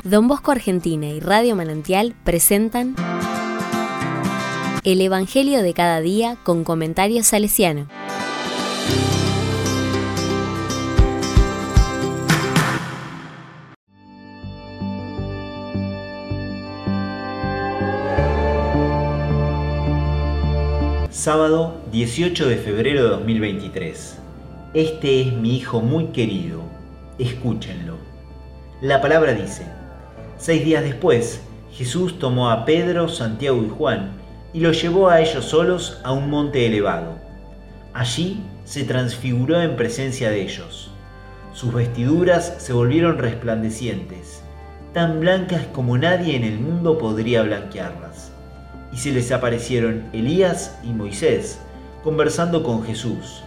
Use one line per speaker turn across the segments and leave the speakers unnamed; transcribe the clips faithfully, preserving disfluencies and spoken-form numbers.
Don Bosco Argentina y Radio Manantial presentan El Evangelio de cada día con comentarios salesiano.
Sábado dieciocho de febrero de dos mil veintitrés. Este es mi hijo muy querido, escúchenlo. La palabra dice: seis días después, Jesús tomó a Pedro, Santiago y Juan y los llevó a ellos solos a un monte elevado. Allí se transfiguró en presencia de ellos. Sus vestiduras se volvieron resplandecientes, tan blancas como nadie en el mundo podría blanquearlas. Y se les aparecieron Elías y Moisés, conversando con Jesús.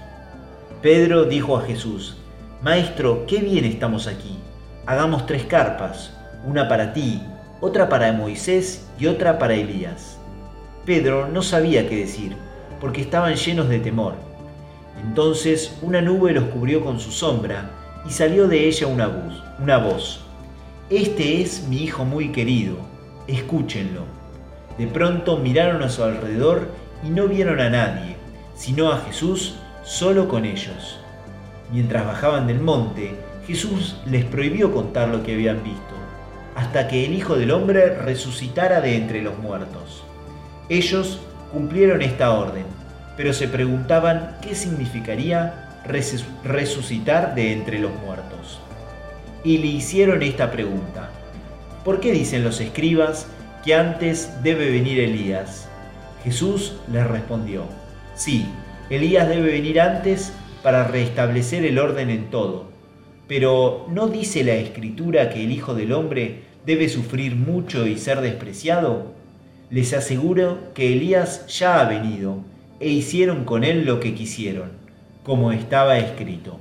Pedro dijo a Jesús: Maestro, qué bien estamos aquí. Hagamos tres carpas, una para ti, otra para Moisés y otra para Elías. Pedro no sabía qué decir, porque estaban llenos de temor. Entonces una nube los cubrió con su sombra, y salió de ella una voz, una voz: Este es mi hijo muy querido, escúchenlo. De pronto miraron a su alrededor y no vieron a nadie, sino a Jesús solo con ellos. Mientras bajaban del monte, Jesús les prohibió contar lo que habían visto, hasta que el Hijo del Hombre resucitara de entre los muertos. Ellos cumplieron esta orden, pero se preguntaban qué significaría resucitar de entre los muertos. Y le hicieron esta pregunta: ¿por qué dicen los escribas que antes debe venir Elías? Jesús les respondió: sí, Elías debe venir antes para restablecer el orden en todo. Pero ¿no dice la Escritura que el Hijo del Hombre debe sufrir mucho y ser despreciado? Les aseguro que Elías ya ha venido, e hicieron con él lo que quisieron, como estaba escrito.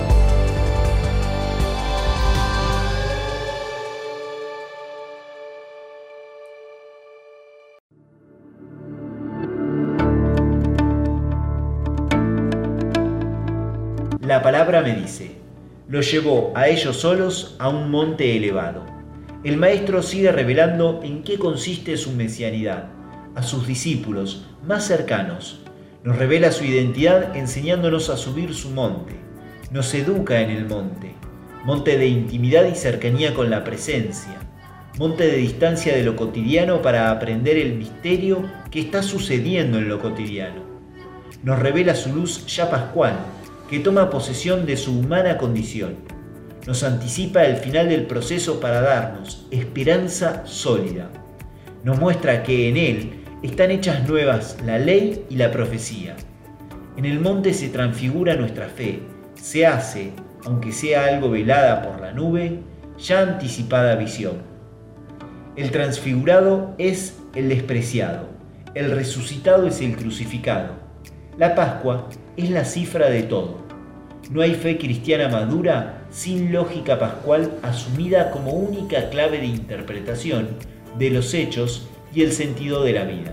La palabra me dice: los llevó a ellos solos a un monte elevado. El Maestro sigue revelando en qué consiste su mesianidad a sus discípulos más cercanos. Nos revela su identidad enseñándonos a subir su monte. Nos educa en el monte, monte de intimidad y cercanía con la presencia, monte de distancia de lo cotidiano para aprender el misterio que está sucediendo en lo cotidiano. Nos revela su luz ya pascual, que toma posesión de su humana condición. Nos anticipa el final del proceso para darnos esperanza sólida. Nos muestra que en él están hechas nuevas la ley y la profecía. En el monte se transfigura nuestra fe, se hace, aunque sea algo velada por la nube, ya anticipada visión. El transfigurado es el despreciado, el resucitado es el crucificado. La Pascua es la cifra de todo. No hay fe cristiana madura sin lógica pascual asumida como única clave de interpretación de los hechos y el sentido de la vida.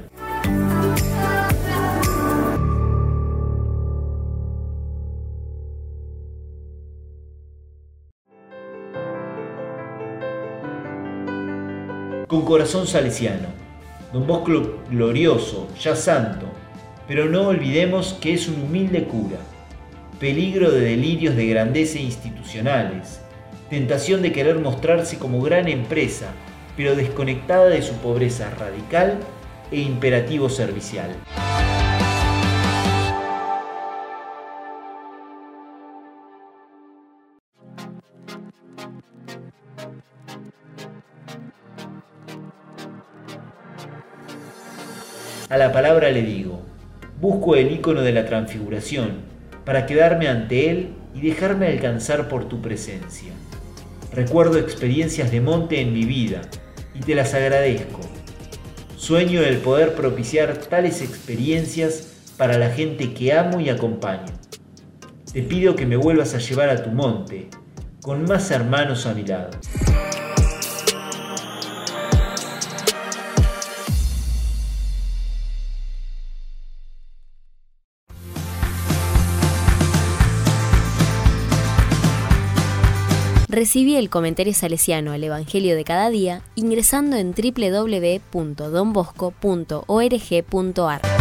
Con corazón salesiano, Don Bosco glorioso, ya santo, pero no olvidemos que es un humilde cura. Peligro de delirios de grandeza institucionales, tentación de querer mostrarse como gran empresa, pero desconectada de su pobreza radical e imperativo servicial. A la palabra le digo: busco el ícono de la transfiguración, para quedarme ante él y dejarme alcanzar por tu presencia. Recuerdo experiencias de monte en mi vida y te las agradezco. Sueño el poder propiciar tales experiencias para la gente que amo y acompaño. Te pido que me vuelvas a llevar a tu monte, con más hermanos a mi lado.
Recibí el comentario salesiano al Evangelio de cada día ingresando en doble u doble u doble u punto don bosco punto org punto ar.